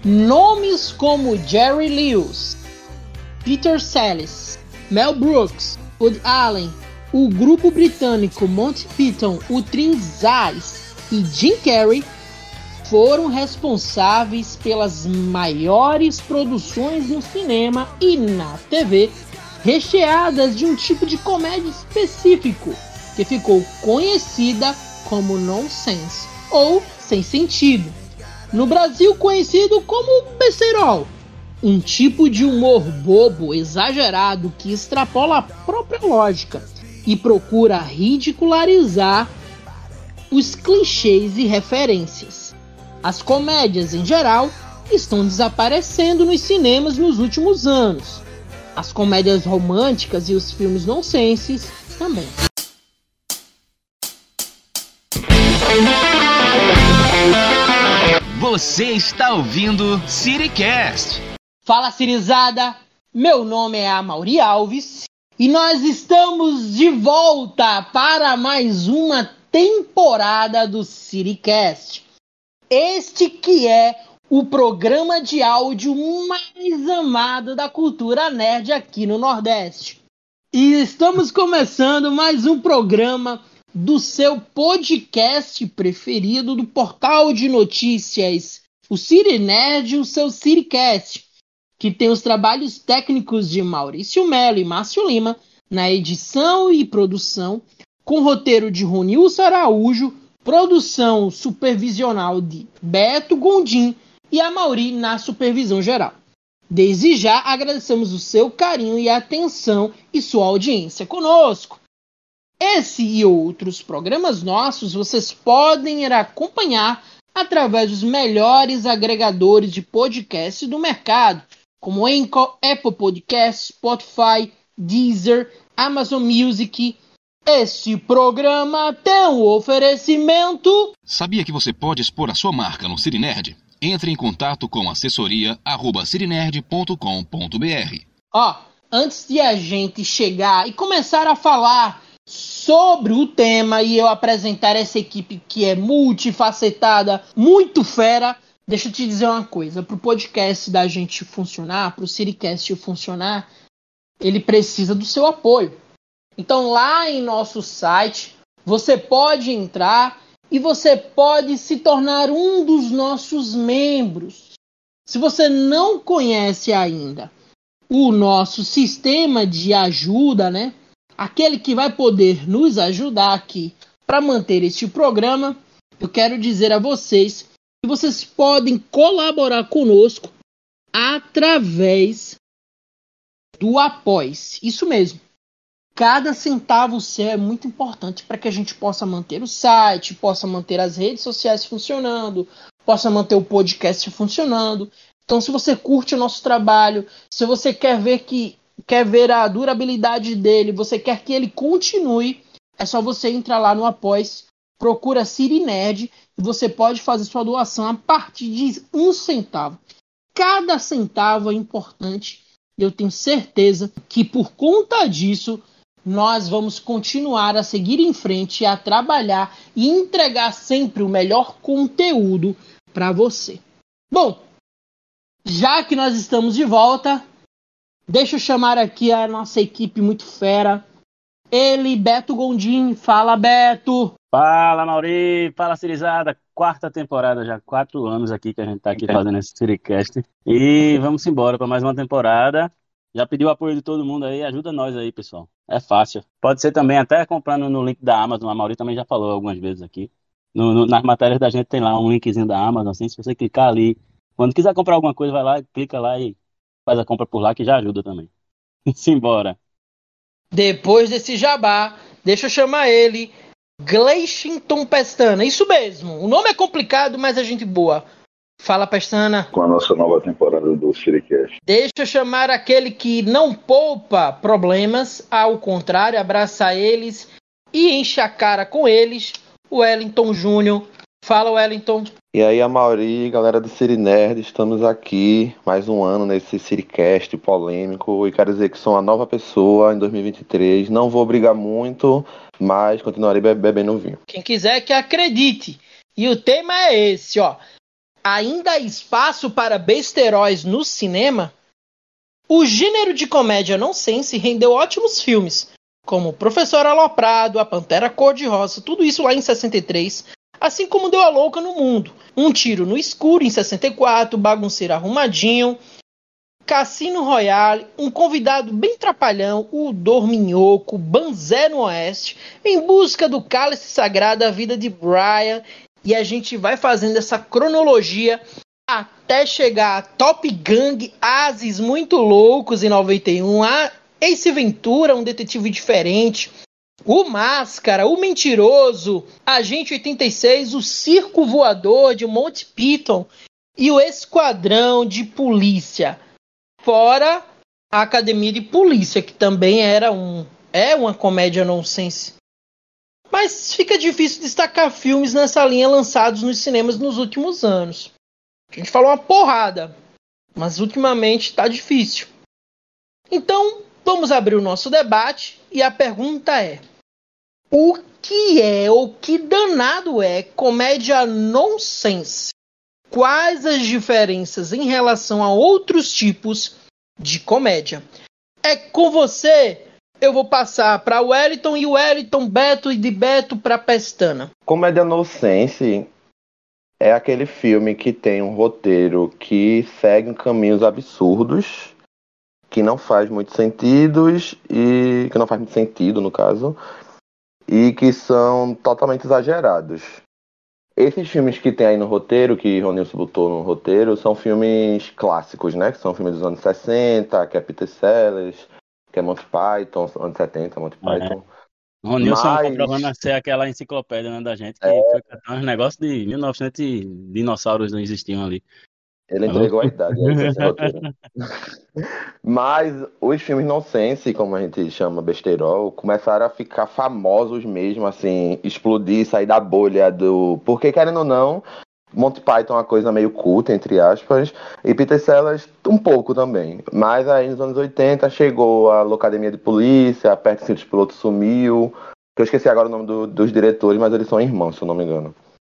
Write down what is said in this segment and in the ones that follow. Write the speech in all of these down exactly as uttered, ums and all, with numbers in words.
Nomes como Jerry Lewis, Peter Sallis, Mel Brooks, Woody Allen, o grupo britânico Monty Python, o trio Zaz e Jim Carrey foram responsáveis pelas maiores produções no cinema e na T V, recheadas de um tipo de comédia específico que ficou conhecida como nonsense ou sem sentido. No Brasil, conhecido como besterol, um tipo de humor bobo, exagerado, que extrapola a própria lógica e procura ridicularizar os clichês e referências. As comédias, em geral, estão desaparecendo nos cinemas nos últimos anos. As comédias românticas e os filmes nonsenses também. Você está ouvindo CityCast. Fala, Cirizada! Meu nome é Amaury Alves e nós estamos de volta para mais uma temporada do CityCast. Este que é o programa de áudio mais amado da cultura nerd aqui no Nordeste. E estamos começando mais um programa do seu podcast preferido do portal de notícias, o City Nerd, o seu CityCast, que tem os trabalhos técnicos de Maurício Melo e Márcio Lima na edição e produção, com roteiro de Ronilson Araújo, produção supervisional de Beto Gondim e Amaury na supervisão geral. Desde já agradecemos o seu carinho e atenção e sua audiência conosco. Esse e outros programas nossos vocês podem ir acompanhar através dos melhores agregadores de podcast do mercado, como Anchor, Apple Podcasts, Spotify, Deezer, Amazon Music. Este programa tem um oferecimento... Sabia que você pode expor a sua marca no City Nerd? Entre em contato com assessoria arroba citynerd ponto com ponto br. Ó, antes de a gente chegar e começar a falar sobre o tema e eu apresentar essa equipe que é multifacetada, muito fera, deixa eu te dizer uma coisa. Para o podcast da gente funcionar, para o CityCast funcionar, ele precisa do seu apoio. Então lá em nosso site, você pode entrar e você pode se tornar um dos nossos membros. Se você não conhece ainda o nosso sistema de ajuda, né? Aquele que vai poder nos ajudar aqui para manter este programa, eu quero dizer a vocês que vocês podem colaborar conosco através do Apoie-se. Isso mesmo. Cada centavo seu é muito importante para que a gente possa manter o site, possa manter as redes sociais funcionando, possa manter o podcast funcionando. Então, se você curte o nosso trabalho, se você quer ver que quer ver a durabilidade dele, você quer que ele continue, é só você entrar lá no Apoia-se, procura City Nerd e você pode fazer sua doação a partir de um centavo. Cada centavo é importante e eu tenho certeza que por conta disso nós vamos continuar a seguir em frente, a trabalhar e entregar sempre o melhor conteúdo para você. Bom, já que nós estamos de volta, deixa eu chamar aqui a nossa equipe muito fera. Ele, Beto Gondim. Fala, Beto! Fala, Amaury! Fala, Cirizada! Quarta temporada já, quatro anos aqui que a gente tá aqui fazendo esse CityCast. E vamos embora para mais uma temporada. Já pediu o apoio de todo mundo aí, ajuda nós aí, pessoal. É fácil. Pode ser também até comprando no link da Amazon. A Amaury também já falou algumas vezes aqui. No, no, nas matérias da gente tem lá um linkzinho da Amazon, assim, se você clicar ali. Quando quiser comprar alguma coisa, vai lá, clica lá e faz a compra por lá, que já ajuda também. Simbora. Depois desse jabá, deixa eu chamar ele, Gleichinton Pestana. Isso mesmo, o nome é complicado, mas é gente boa. Fala, Pestana. Com a nossa nova temporada do CityCast. Deixa eu chamar aquele que não poupa problemas, ao contrário, abraça eles e enche a cara com eles, o Wellington Júnior. Fala, Wellington. E aí, Amaury, galera do City Nerd, estamos aqui mais um ano nesse CityCast polêmico e quero dizer que sou uma nova pessoa em dois mil e vinte e três. Não vou brigar muito, mas continuarei be- bebendo vinho. Quem quiser que acredite. E o tema é esse, ó. ainda há espaço para besteróis no cinema? O gênero de comédia nonsense rendeu ótimos filmes, como O Professor Aloprado, A Pantera Cor-de-Rosa, tudo isso lá em sessenta e três, assim como Deu a Louca no Mundo, Um Tiro no Escuro em sessenta e quatro, Bagunceiro Arrumadinho, Cassino Royale, Um Convidado Bem Trapalhão, O Dorminhoco, Banzé no Oeste, Em Busca do Cálice Sagrado, A Vida de Brian, e a gente vai fazendo essa cronologia até chegar a Top Gang, Ases Muito Loucos em noventa e um, a Ace Ventura, Um Detetive Diferente, O Máscara, O Mentiroso, Agente oitenta e seis, O Circo Voador de Monty Python e O Esquadrão de Polícia. Fora a Academia de Polícia, que também era um, é uma comédia nonsense. Mas fica difícil destacar filmes nessa linha lançados nos cinemas nos últimos anos. A gente falou uma porrada, mas ultimamente está difícil. Então, vamos abrir o nosso debate e a pergunta é: o que é ou que danado é comédia nonsense? Quais as diferenças em relação a outros tipos de comédia? É com você. Eu vou passar para o Wellington e o Wellington, Beto e de Beto para Pestana. Comédia nonsense é aquele filme que tem um roteiro que segue caminhos absurdos, que não faz muito sentido e que não faz muito sentido no caso, e que são totalmente exagerados. Esses filmes que tem aí no roteiro, que Ronilson botou no roteiro, são filmes clássicos, né? Que são filmes dos anos sessenta, que é Peter Sellers, que é Monty Python, anos setenta, Monty Python. É. Ronilson Mas... comprovando a ser aquela enciclopédia, né, da gente, que é... foi catar uns negócios de mil e novecentos e dinossauros não existiam ali. Ele entregou a idade aí com esse roteiro. Mas os filmes nonsense, como a gente chama besterol, começaram a ficar famosos mesmo, assim, explodir, sair da bolha do... Porque, querendo ou não, Monty Python é uma coisa meio culta, entre aspas, e Peter Sellers um pouco também. Mas aí nos anos oitenta chegou a Locademia de Polícia, Aperta o Cinto, o Piloto Sumiu, que eu esqueci agora o nome do, dos diretores, mas eles são irmãos, se eu não me engano.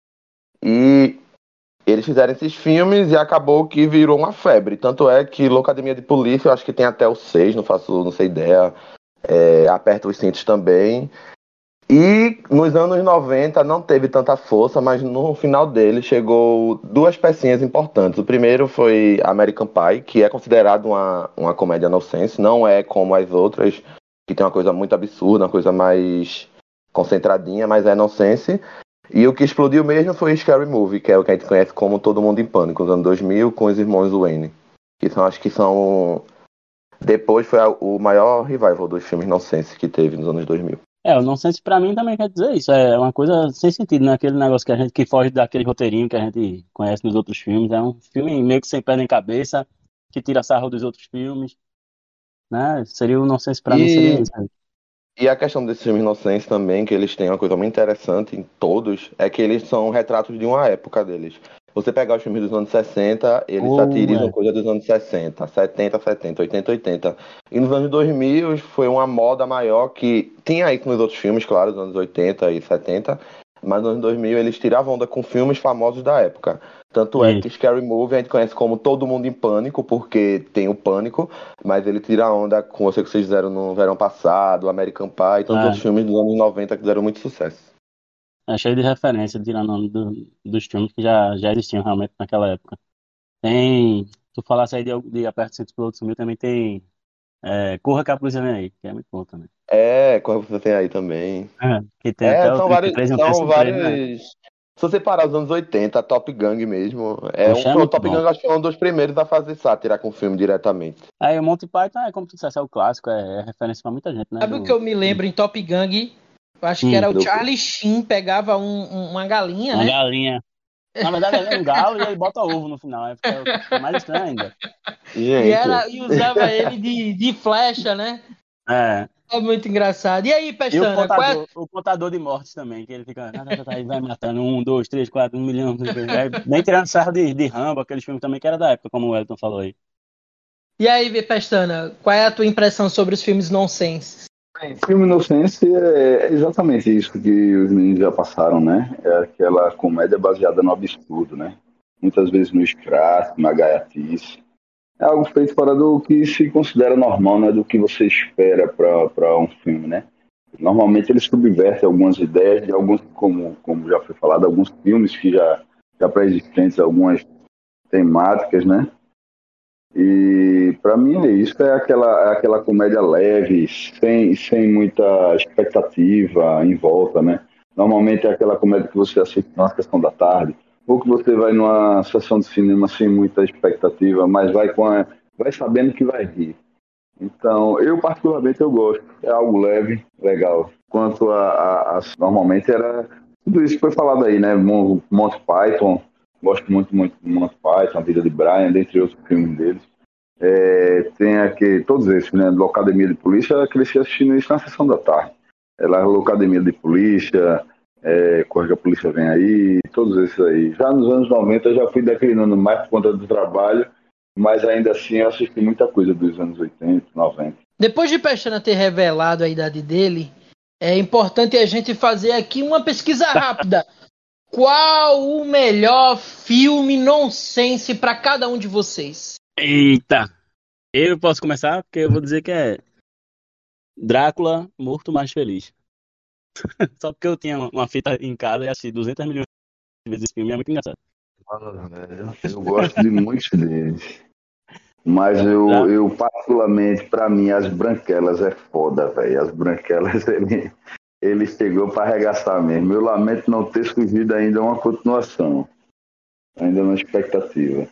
E eles fizeram esses filmes e acabou que virou uma febre. Tanto é que Locademia de Polícia, eu acho que tem até o seis, não faço, não sei ideia. É, Aperta os Cintos também. E nos anos noventa não teve tanta força, mas no final dele chegou duas pecinhas importantes. O primeiro foi American Pie, que é considerado uma, uma comédia nonsense, não é como as outras, que tem uma coisa muito absurda, uma coisa mais concentradinha, mas é nonsense. E o que explodiu mesmo foi Scary Movie, que é o que a gente conhece como Todo Mundo em Pânico, nos anos dois mil, com os irmãos Wayne. Que são, acho que são... Depois foi a, o maior revival dos filmes nonsense que teve nos anos dois mil. É, o nonsense pra mim também quer dizer isso. É uma coisa sem sentido, né? Aquele negócio que a gente que foge daquele roteirinho que a gente conhece nos outros filmes. É um filme meio que sem pé nem cabeça, que tira sarro dos outros filmes, né? Seria o nonsense pra e... mim, seria isso. E a questão desses filmes inocentes também, que eles têm uma coisa muito interessante em todos, é que eles são retratos de uma época deles. Você pegar os filmes dos anos sessenta, eles Oh, satirizam é. coisa dos anos sessenta, setenta, setenta, oitenta, oitenta. E nos anos dois mil foi uma moda maior que tinha aí nos outros filmes, claro, dos anos oitenta e setenta, mas nos anos dois mil eles tiravam onda com filmes famosos da época. Tanto é Sim. que Scary Movie a gente conhece como Todo Mundo em Pânico, porque tem o pânico, mas ele tira onda com você que vocês fizeram no verão passado, American Pie e tantos É. outros filmes dos anos noventa que fizeram muito sucesso. É cheio de referência, tirando nome do, dos filmes que já, já existiam realmente naquela época. Tem, tu falasse aí de, de Aperta o Cinto, o Piloto Sumiu, também tem é, Corra que a Polícia Vem Aí, que é muito bom também. É, qual você tem aí também? É, que tem É, até o são trinta e vários, três, um são preço três, né? vários. Se você parar os anos oitenta, Top Gang mesmo. É um, Poxa, é foi, o muito Top bom. Gang acho que foi um dos primeiros a fazer sátira com o filme diretamente. Aí o Monty Python é como tu dissesse, é o clássico, é, é referência pra muita gente, né? Sabe o Do... que eu me lembro em Top Gang? Eu acho Hum, que era o do- Charlie Sheen, pegava um- um- uma galinha, Uma né? galinha. Na verdade, ele é um galo e ele bota ovo no final. Aí fica, fica mais estranho ainda. E, Gente, era, e usava ele de, de flecha, né? É. É muito engraçado. E aí, E o Pestana, qual é... contador, o contador de mortes também, que ele fica. tá, tá, tá, tá, e vai matando um, dois, três, quatro, um milhão. Não sei o quê. Aí, nem tirando sarro de, de Rambo, aqueles filmes também que era da época, como o Elton falou aí. E aí, Pestana, qual é a tua impressão sobre os filmes nonsense? Bem, filme inocente é exatamente isso que os meninos já passaram, né? É aquela comédia baseada no absurdo, né? muitas vezes no escrache, na gaiatice. É algo feito fora do que se considera normal, né? Do que você espera para um filme, né? Normalmente ele subverte algumas ideias de alguns, como, como já foi falado, alguns filmes que já, já pré-existentes, algumas temáticas, né? E para mim é isso, é aquela, é aquela comédia leve, sem, sem muita expectativa em volta, né? Normalmente é aquela comédia que você assiste na sessão da tarde, ou que você vai numa sessão de cinema sem muita expectativa, mas vai, com a, vai sabendo que vai rir. Então, eu particularmente eu gosto, é algo leve, legal. Quanto a, a, a normalmente era tudo isso que foi falado aí, né? Monty Python, gosto muito, muito de Monty Python, A Vida de Brian, dentre outros filmes deles. É, tem aqui, todos esses, né? Locademia de Polícia, eu cresci assistindo isso na sessão da tarde. É lá, Locademia de Polícia, é, Corre que a Polícia Vem Aí, todos esses aí. Já nos anos noventa eu já fui declinando mais por conta do trabalho, mas ainda assim eu assisti muita coisa dos anos oitenta, noventa. Depois de Pestana ter revelado a idade dele, é importante a gente fazer aqui uma pesquisa rápida. Qual o melhor filme nonsense para cada um de vocês? Eita! Eu posso começar? Porque eu vou dizer que é Drácula Morto Mais Feliz. Só porque eu tinha uma fita em casa e assisti duzentas milhões de vezes esse filme, é muito engraçado. Ah, velho, eu gosto de muitos deles. Mas eu, eu particularmente, pra mim, As Branquelas é foda, velho. As Branquelas, ele, ele chegou pra arregaçar mesmo. Eu lamento não ter surgido ainda uma continuação. Ainda uma expectativa.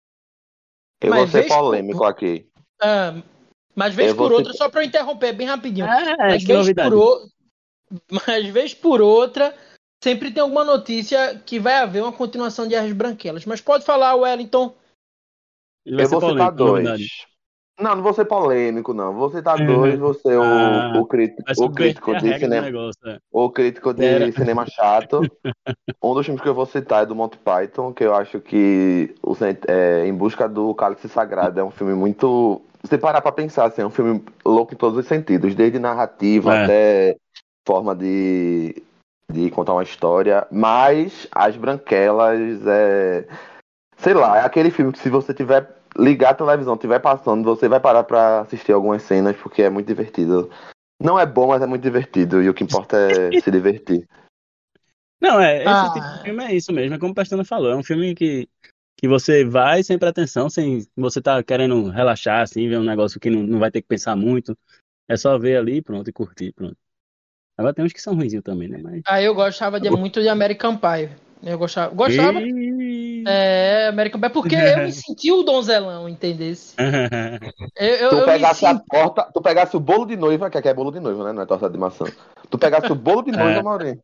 Eu Mas vou ser vez por- polêmico aqui. Ah, mas vez Eu por vou outra, ter- só para eu interromper bem rapidinho. É, mas, que vez novidade. por o... mas vez por outra, sempre tem alguma notícia que vai haver uma continuação de As Branquelas. Mas pode falar, Wellington. Ele vai Eu ser vou citar polêmico, dois. novidade. Não, não vou ser polêmico, não. Vou citar Uhum. dois, vou ser o, Ah, o, crítico, Vai o subverter crítico a de regra do cinema. negócio. É. O crítico de Era. cinema chato. Um dos filmes que eu vou citar é do Monty Python, que eu acho que o, é, Em Busca do Cálice Sagrado é um filme muito... Se você parar pra pensar, assim, é um filme louco em todos os sentidos, desde narrativa É. até forma de, de contar uma história. Mas As Branquelas é... Sei lá, é aquele filme que se você tiver ligar a televisão, tiver passando, você vai parar pra assistir algumas cenas, porque é muito divertido. Não é bom, mas é muito divertido, e o que importa é se divertir. Não, é, esse Ah. tipo de filme é isso mesmo, é como o Pestana falou, é um filme que, que você vai sem pretensão, sem você tá querendo relaxar, assim, ver um negócio que não, não vai ter que pensar muito, é só ver ali, pronto, e curtir, pronto. Agora tem uns que são ruinzinhos também, né, mas... Ah, eu gostava de, muito de American Pie. Eu gostava. Gostava. E... É, American Pie, porque eu me senti o donzelão, entendesse? Eu, eu, Tu eu me pegasse a senti... torta, tu pegasse o bolo de noiva, que aqui é bolo de noiva, né? Não é torta de maçã. Tu pegasse o bolo de noiva, É. Maurinho.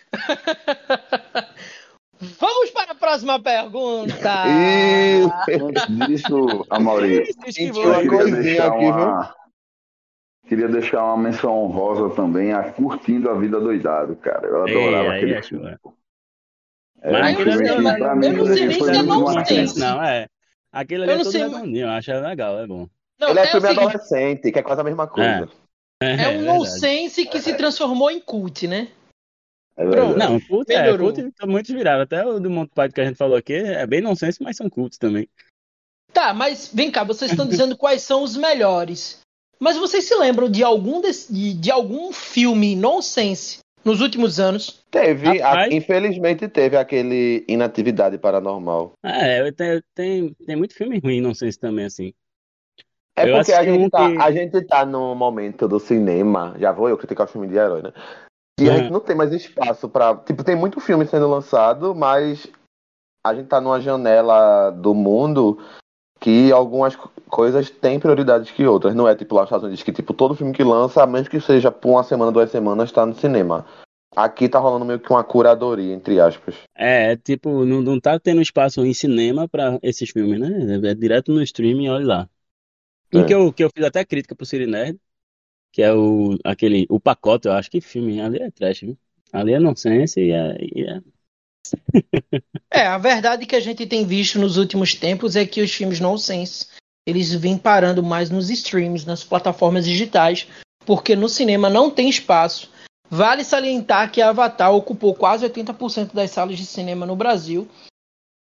Vamos para a próxima pergunta. E Antes disso, Amaury, Esquivou Uma aí, queria coisinha deixar aqui, uma, queria deixar uma menção honrosa também a Curtindo a Vida Doidado, cara. Eu Ei, adorava aí aquele é filme. show, é. É Mas um aquele filme ali- que, mas pra eu mim, não sei nem foi se é muito não marcante. sei. Não, é. Aquele ali Eu é não todo sei- redondinho, eu acho legal, é bom. Não, ele é, é o filme seguinte, adolescente, que é quase a mesma coisa. É, é um verdade. nonsense que se transformou em cult, né? É Pronto. verdade. Não, cult é, Melhorou. cult tá muito virado. Até o do Monty Python que a gente falou aqui é bem nonsense, mas são cultos também. Tá, mas vem cá, vocês estão dizendo quais são os melhores. Mas vocês se lembram de algum, desse- de, de algum filme nonsense nos últimos anos? Teve, a- Rapaz. infelizmente teve aquele Inatividade Paranormal. É, tem, tem, tem muito filme ruim nonsense também, assim. É Eu porque a assisti gente, um tá, que- a gente tá num momento do cinema, já vou eu criticar o filme de herói, né? E a Uhum. gente não tem mais espaço pra. Tipo, tem muito filme sendo lançado, mas a gente tá numa janela do mundo que algumas co- coisas têm prioridades que outras. Não é tipo lá nos Estados Unidos que tipo, todo filme que lança, a menos que seja por uma semana, duas semanas, tá no cinema. Aqui tá rolando meio que uma curadoria, entre aspas. É, é tipo, não, não tá tendo espaço em cinema pra esses filmes, né? É, é direto no streaming, olha lá. Um É. que, eu, que eu fiz até crítica pro Cine Nerd, que é o, aquele, o Pacote, eu acho que filme, ali é trash, viu? Ali é nonsense e é, e é... É, a verdade que a gente tem visto nos últimos tempos é que os filmes nonsense, eles vêm parando mais nos streams, nas plataformas digitais, porque no cinema não tem espaço. Vale salientar que Avatar ocupou quase oitenta por cento das salas de cinema no Brasil.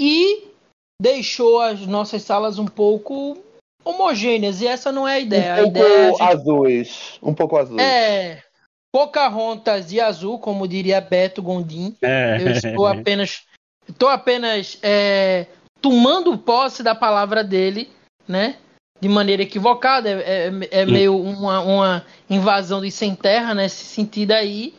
e deixou as nossas salas um pouco homogêneas, e essa não é a ideia. Um a pouco ideia é a gente... azuis. Um pouco azuis. É, Pocahontas e azul, como diria Beto Gondim. É. Eu estou apenas, estou apenas é, tomando posse da palavra dele, né? De maneira equivocada. É, é, é meio uma, uma invasão de sem terra nesse sentido aí.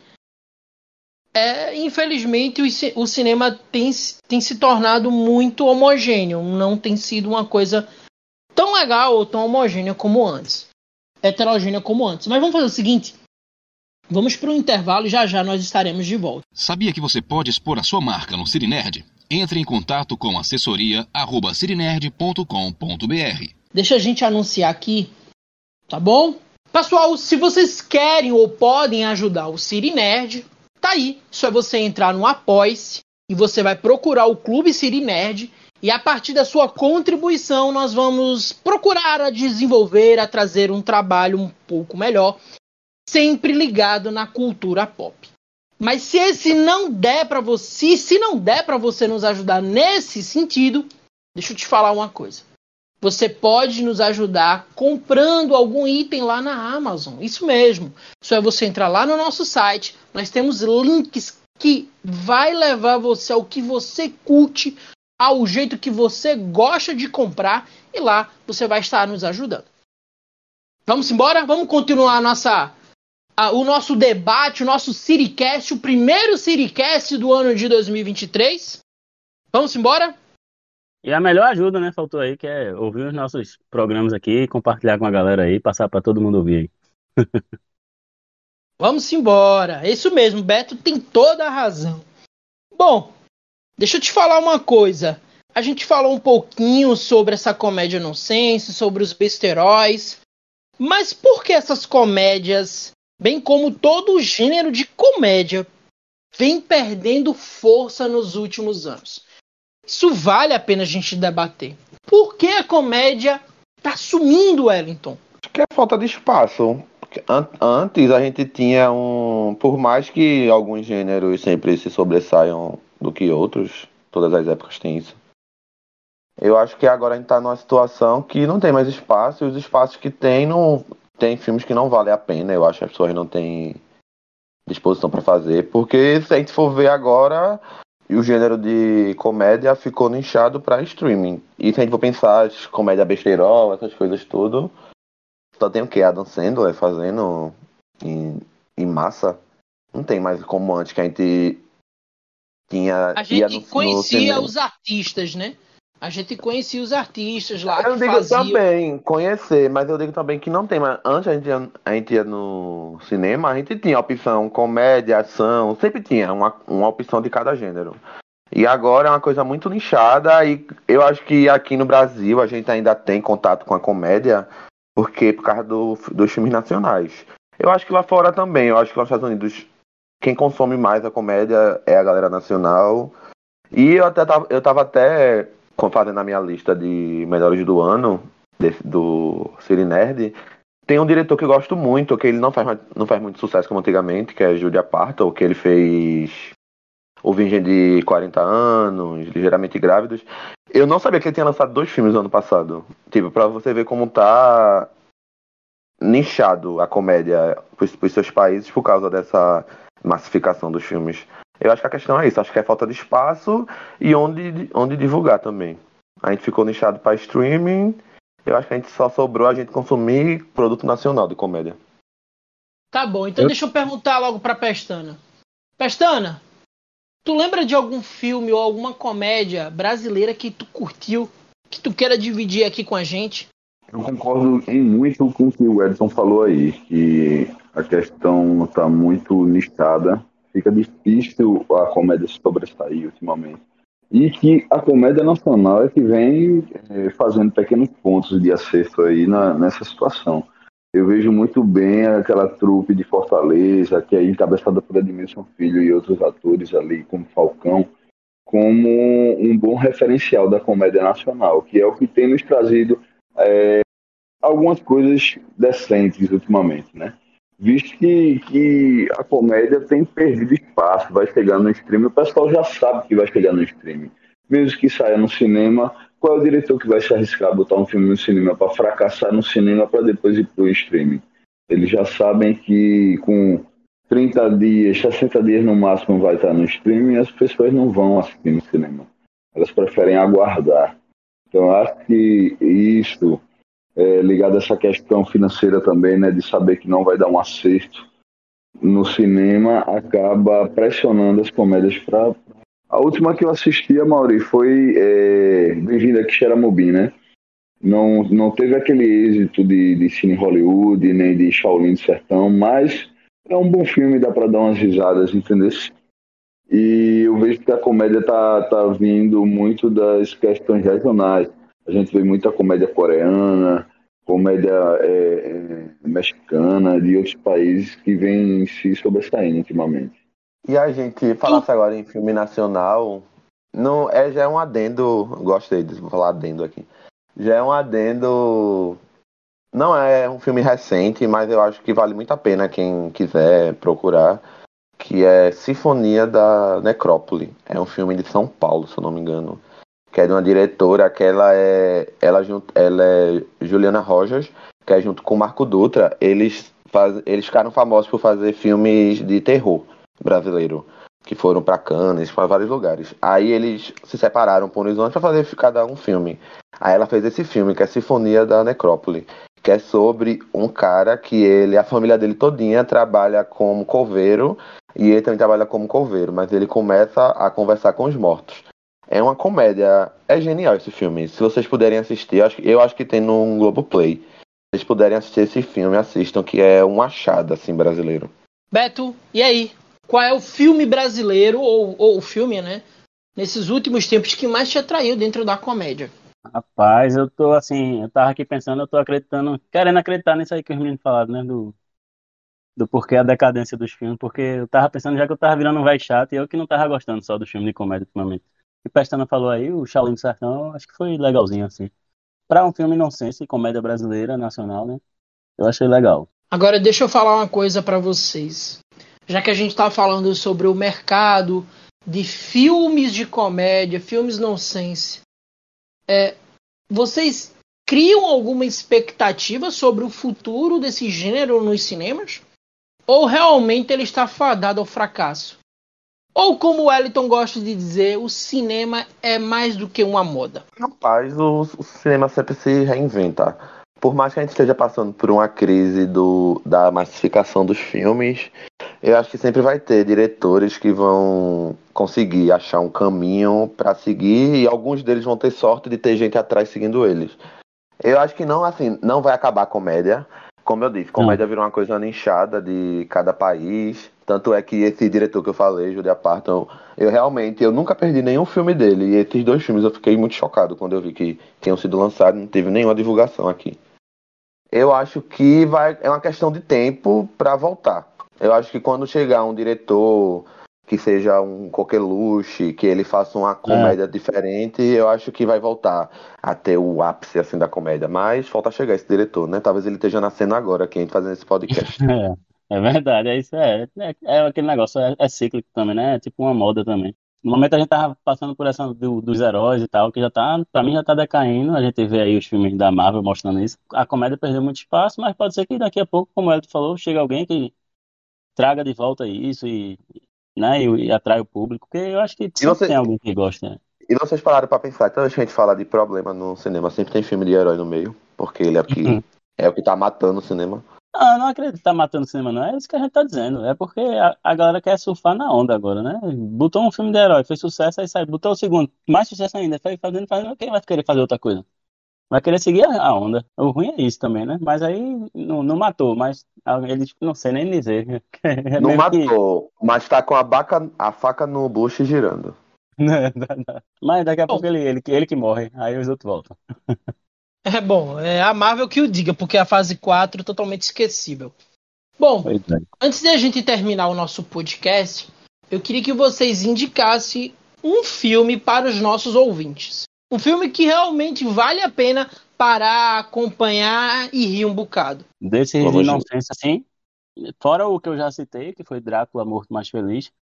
É, infelizmente, o, o cinema tem, tem se tornado muito homogêneo. Não tem sido uma coisa tão legal ou tão homogênea como antes. Heterogênea como antes. Mas vamos fazer o seguinte. Vamos para um intervalo e já já nós estaremos de volta. Sabia que você pode expor a sua marca no Cirinerd? Entre em contato com assessoria arroba cirinerd ponto com ponto br. Deixa a gente anunciar aqui, tá bom? Pessoal, se vocês querem ou podem ajudar o Cirinerd, tá aí. Só é você entrar no Apoia-se e você vai procurar o Clube Cirinerd e a partir da sua contribuição nós vamos procurar a desenvolver, a trazer um trabalho um pouco melhor, sempre ligado na cultura pop. Mas se esse não der para você, se não der para você nos ajudar nesse sentido, deixa eu te falar uma coisa. Você pode nos ajudar comprando algum item lá na Amazon. Isso mesmo. Só é você entrar lá no nosso site. Nós temos links que vai levar você ao que você curte, ao jeito que você gosta de comprar. E lá você vai estar nos ajudando. Vamos embora? Vamos continuar a nossa, a, o nosso debate, o nosso Ciricast, o primeiro Ciricast do ano de dois mil e vinte e três. Vamos embora? E a melhor ajuda, né, faltou aí, que é ouvir os nossos programas aqui, compartilhar com a galera aí, passar para todo mundo ouvir aí. Vamos embora. É isso mesmo, Beto tem toda a razão. Bom, deixa eu te falar uma coisa. A gente falou um pouquinho sobre essa comédia nonsense, sobre os besteróis. Mas por que essas comédias, bem como todo o gênero de comédia, vem perdendo força nos últimos anos? Isso vale a pena a gente debater. Por que a comédia tá sumindo, Wellington? Acho que é falta de espaço. Antes a gente tinha um... Por mais que alguns gêneros sempre se sobressaiam do que outros, todas as épocas têm isso. Eu acho que agora a gente tá numa situação que não tem mais espaço, e os espaços que tem, não... tem filmes que não valem a pena. Eu acho que as pessoas não têm disposição para fazer. Porque se a gente for ver agora... E o gênero de comédia ficou nichado para streaming. E se a gente for pensar, comédia besterol, essas coisas tudo, só tem o que? Adam Sandler fazendo em, em massa. Não tem mais como antes, que a gente tinha... A gente no, conhecia no os artistas, né? A gente conhecia os artistas lá eu que digo faziam... também, conhecer, mas eu digo também que não tem mais. Antes a gente, ia, a gente ia no cinema, a gente tinha a opção comédia, ação, sempre tinha uma, uma opção de cada gênero. E agora é uma coisa muito nichada, e eu acho que aqui no Brasil a gente ainda tem contato com a comédia, porque por causa do, dos filmes nacionais. Eu acho que lá fora também, eu acho que lá nos Estados Unidos quem consome mais a comédia é a galera nacional. E eu até tava, eu tava até... fazendo a minha lista de melhores do ano, desse, do Cirinerd, tem um diretor que eu gosto muito, que ele não faz, não faz muito sucesso como antigamente, que é Julia Parton, que ele fez O Virgem de quarenta anos, Ligeiramente Grávidos. Eu não sabia que ele tinha lançado dois filmes no ano passado. Tipo, pra você ver como tá nichado a comédia pros, pros seus países por causa dessa massificação dos filmes. Eu acho que a questão é isso, acho que é falta de espaço e onde, onde divulgar também. A gente ficou nichado para streaming, eu acho que a gente só sobrou a gente consumir produto nacional de comédia. Tá bom, então eu... deixa eu perguntar logo pra Pestana. Pestana, tu lembra de algum filme ou alguma comédia brasileira que tu curtiu, que tu queira dividir aqui com a gente? Eu concordo em muito com o que o Edson falou aí, que a questão está muito nichada. Fica difícil a comédia se sobressair ultimamente. E que a comédia nacional é que vem é, fazendo pequenos pontos de acerto aí na, nessa situação. Eu vejo muito bem aquela trupe de Fortaleza, que é encabeçada por Edmilson Filho e outros atores ali, como Falcão, como um bom referencial da comédia nacional, que é o que tem nos trazido é, algumas coisas decentes ultimamente, né? Visto que, que a comédia tem perdido espaço, vai chegar no streaming, o pessoal já sabe que vai chegar no streaming. mesmo que saia no cinema, qual é o diretor que vai se arriscar a botar um filme no cinema para fracassar no cinema para depois ir para o streaming? Eles já sabem que com trinta dias, sessenta dias no máximo vai estar no streaming e as pessoas não vão assistir no cinema. Elas preferem aguardar. Então, eu acho que isso, é, ligado a essa questão financeira também, né, de saber que não vai dar um acerto no cinema, acaba pressionando as comédias para... A última que eu assisti, a Mauri, foi é, Bem-vindo a Xeramobim, né? Não, não teve aquele êxito de, de Cine Hollywood, nem de Shaolin do Sertão, mas é um bom filme, dá para dar umas risadas, entendeu? E eu vejo que a comédia tá, tá vindo muito das questões regionais. A gente vê muita comédia coreana, comédia é, é, mexicana, de outros países que vem se sobressaindo ultimamente. E a gente falasse agora em filme nacional, não, é, já é um adendo, gostei de falar adendo aqui, já é um adendo, não é um filme recente, mas eu acho que vale muito a pena quem quiser procurar, que é Sinfonia da Necrópole. É um filme de São Paulo, se eu não me engano, que é de uma diretora, que ela é, ela, ela é Juliana Rogers, que é junto com o Marco Dutra, eles, faz, eles ficaram famosos por fazer filmes de terror brasileiro, que foram para Cannes, para vários lugares. Aí eles se separaram por uns anos para fazer cada um filme. Aí ela fez esse filme, que é Sinfonia da Necrópole, que é sobre um cara que ele, a família dele todinha trabalha como coveiro, e ele também trabalha como coveiro, mas ele começa a conversar com os mortos. É uma comédia, é genial esse filme. Se vocês puderem assistir, eu acho, eu acho que tem no Globoplay. Se vocês puderem assistir esse filme, assistam, que é um achado, assim, brasileiro. Beto, e aí? Qual é o filme brasileiro, ou, ou o filme, né, nesses últimos tempos que mais te atraiu dentro da comédia? Rapaz, eu tô assim, eu tava aqui pensando, eu tô acreditando, querendo acreditar nisso aí que os meninos falaram, né, do, do porquê a decadência dos filmes, porque eu tava pensando já que eu tava virando um velho chato e eu que não tava gostando só do filme de comédia ultimamente. E o Pestana falou aí, o Shaolin do Sertão, acho que foi legalzinho, assim. Pra um filme nonsense, comédia brasileira, nacional, né, eu achei legal. Agora, deixa eu falar uma coisa pra vocês. Já que a gente tá falando sobre o mercado de filmes de comédia, filmes nonsense, é, vocês criam alguma expectativa sobre o futuro desse gênero nos cinemas? Ou realmente ele está fadado ao fracasso? Ou, como o Wellington gosta de dizer, o cinema é mais do que uma moda? Rapaz, o, o cinema sempre se reinventa. Por mais que a gente esteja passando por uma crise do, da massificação dos filmes, eu acho que sempre vai ter diretores que vão conseguir achar um caminho para seguir, e alguns deles vão ter sorte de ter gente atrás seguindo eles. Eu acho que não, assim, não vai acabar a comédia. Como eu disse, comédia virou uma coisa nichada de cada país. Tanto é que esse diretor que eu falei, Julia Parton, eu realmente, eu nunca perdi nenhum filme dele. E esses dois filmes eu fiquei muito chocado quando eu vi que tinham sido lançados, não teve nenhuma divulgação aqui. Eu acho que vai, é uma questão de tempo para voltar. Eu acho que quando chegar um diretor que seja um coqueluche, que ele faça uma comédia é. diferente, eu acho que vai voltar a ter o ápice assim, da comédia. Mas falta chegar esse diretor, né? Talvez ele esteja nascendo agora aqui, a gente fazendo esse podcast. É, é verdade, é isso. É, é, é aquele negócio, é, é cíclico também, né? É tipo uma moda também. No momento a gente tava passando por essa do, dos heróis e tal, que já tá, pra mim já tá decaindo. A gente vê aí os filmes da Marvel mostrando isso. A comédia perdeu muito espaço, mas pode ser que daqui a pouco, como o Elton falou, chegue alguém que traga de volta isso e, né, e, e atrai o público, porque eu acho que sempre você... tem alguém que gosta. Né? E vocês pararam pra pensar, toda vez que a gente fala de problema no cinema, sempre tem filme de herói no meio, porque ele é o que, é o que tá matando o cinema. Ah, não acredito que tá matando o cinema, não. É isso que a gente tá dizendo. É porque a, a galera quer surfar na onda agora, né? Botou um filme de herói, fez sucesso, aí sai. Botou o segundo, mais sucesso ainda. Foi fazendo, fazendo. Quem vai querer fazer outra coisa? Vai querer seguir a, a onda. O ruim é isso também, né? Mas aí não, não matou, mas eles não sei nem dizer. É não matou, que... mas tá com a, baca, a faca no bucho girando. Mas daqui a bom, pouco ele, ele, ele que morre, aí os outros voltam. É bom, é a Marvel que o diga, porque a fase quatro é totalmente esquecível. Bom, é. Antes de a gente terminar o nosso podcast, eu queria que vocês indicassem um filme para os nossos ouvintes. Um filme que realmente vale a pena parar, acompanhar e rir um bocado. Desse de nonsense assim, fora o que eu já citei, que foi Drácula Morto Mais Feliz,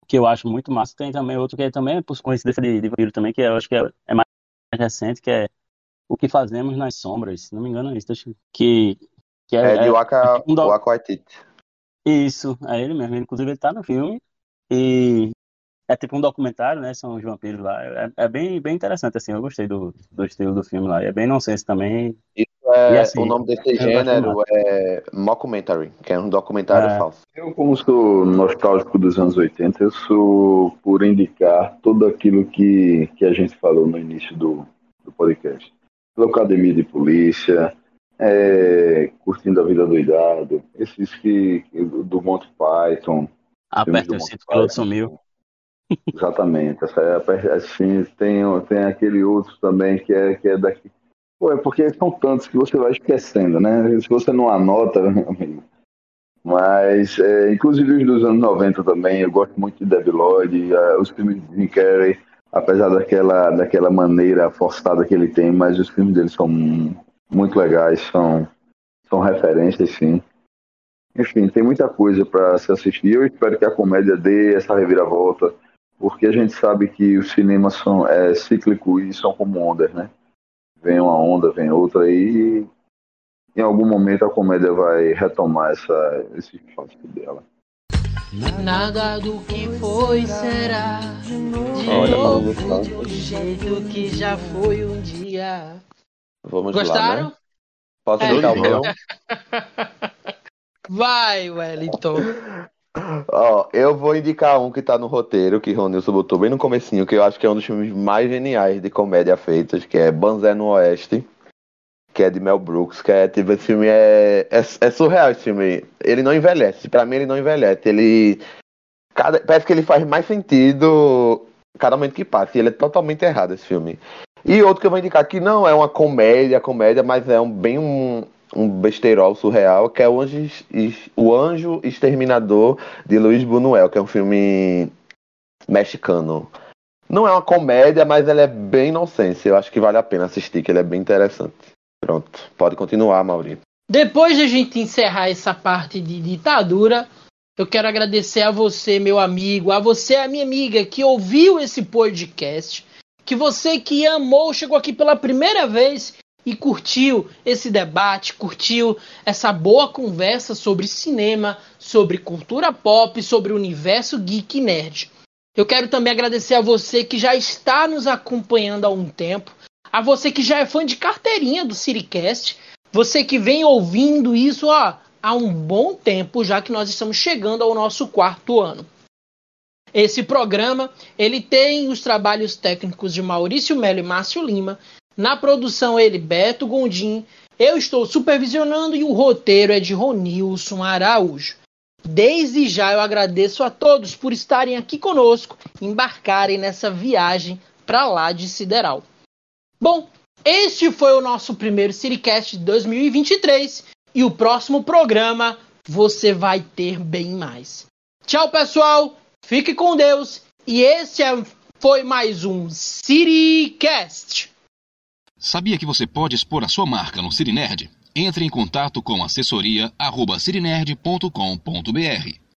que eu acho muito massa. Tem também outro que é também por coincidência de, de vampiro também, que eu acho que é, é mais recente, que é O Que Fazemos nas Sombras, se não me engano é isso. Acho que, que é, É de é, Waka, é um do... Waka Waititi. Isso, é ele mesmo. Inclusive ele tá no filme e é tipo um documentário, né? São os vampiros lá. É, é bem, bem interessante, assim. Eu gostei do, do estilo do filme lá. E é bem nonsense também. Isso E é, assim, o nome desse eu gosto gênero massa. é mockumentary, que é um documentário É, falso. Eu, como sou nostálgico dos anos oitenta, eu sou por indicar tudo aquilo que, que a gente falou no início do, do podcast. Academia de Polícia, é, Curtindo a Vida Doidado, esses que, que do Monty Python, filmes do aperta o Monty cinto, o piloto Python. sumiu. Exatamente. Essa é, assim, tem, tem aquele outro também que é, que é daqui. Pô, é porque são tantos que você vai esquecendo, né? Se você não anota, meu amigo. Mas, é, inclusive os dos anos noventa também, eu gosto muito de Debi Lloyd, uh, os filmes de Jim Carrey, apesar daquela, daquela maneira forçada que ele tem, mas os filmes dele são muito legais, são, são referências, sim. Enfim, tem muita coisa para se assistir. Eu espero que a comédia dê essa reviravolta, porque a gente sabe que os cinemas são é, cíclicos e são como ondas, né? Vem uma onda, vem outra, e em algum momento a comédia vai retomar essa, esse espaço dela. Nada do que foi será de Olha, novo vamos do jeito que já foi um dia. Vamos Gostaram? lá, né? Posso É. indicar o meu? Vai, Wellington. Ó, eu vou indicar um que tá no roteiro, que Ronilson botou bem no comecinho, que eu acho que é um dos filmes mais geniais de comédia feitos, que é Banzé no Oeste, que é de Mel Brooks, que é, tipo, esse filme é, é, é surreal, esse filme. Ele não envelhece, pra mim ele não envelhece, ele... Cada, parece que ele faz mais sentido cada momento que passa, e ele é totalmente errado, esse filme. E outro que eu vou indicar, que não é uma comédia, comédia, mas é um, bem um, um besteirol surreal, que é o Anjo, o Anjo Exterminador, de Luiz Buñuel, que é um filme mexicano. Não é uma comédia, mas ele é bem nonsense, eu acho que vale a pena assistir, que ele é bem interessante. Pronto, pode continuar, Maurício. Depois de a gente encerrar essa parte de ditadura, eu quero agradecer a você, meu amigo, a você, a minha amiga, que ouviu esse podcast, que você que amou, chegou aqui pela primeira vez e curtiu esse debate, curtiu essa boa conversa sobre cinema, sobre cultura pop, sobre o universo geek nerd. Eu quero também agradecer a você que já está nos acompanhando há um tempo, a você que já é fã de carteirinha do CityCast, você que vem ouvindo isso ó, há um bom tempo, já que nós estamos chegando ao nosso quarto ano. Esse programa ele tem os trabalhos técnicos de Maurício Melo e Márcio Lima, na produção ele, Beto Gondim, eu estou supervisionando e o roteiro é de Ronilson Araújo. Desde já eu agradeço a todos por estarem aqui conosco, embarcarem nessa viagem para lá de Sideral. Bom, este foi o nosso primeiro CityCast de dois mil e vinte e três e o próximo programa você vai ter bem mais. Tchau, pessoal, fique com Deus e esse é, foi mais um CityCast. Sabia que você pode expor a sua marca no CityNerd? Entre em contato com assessoria arroba cirinerd ponto com ponto br.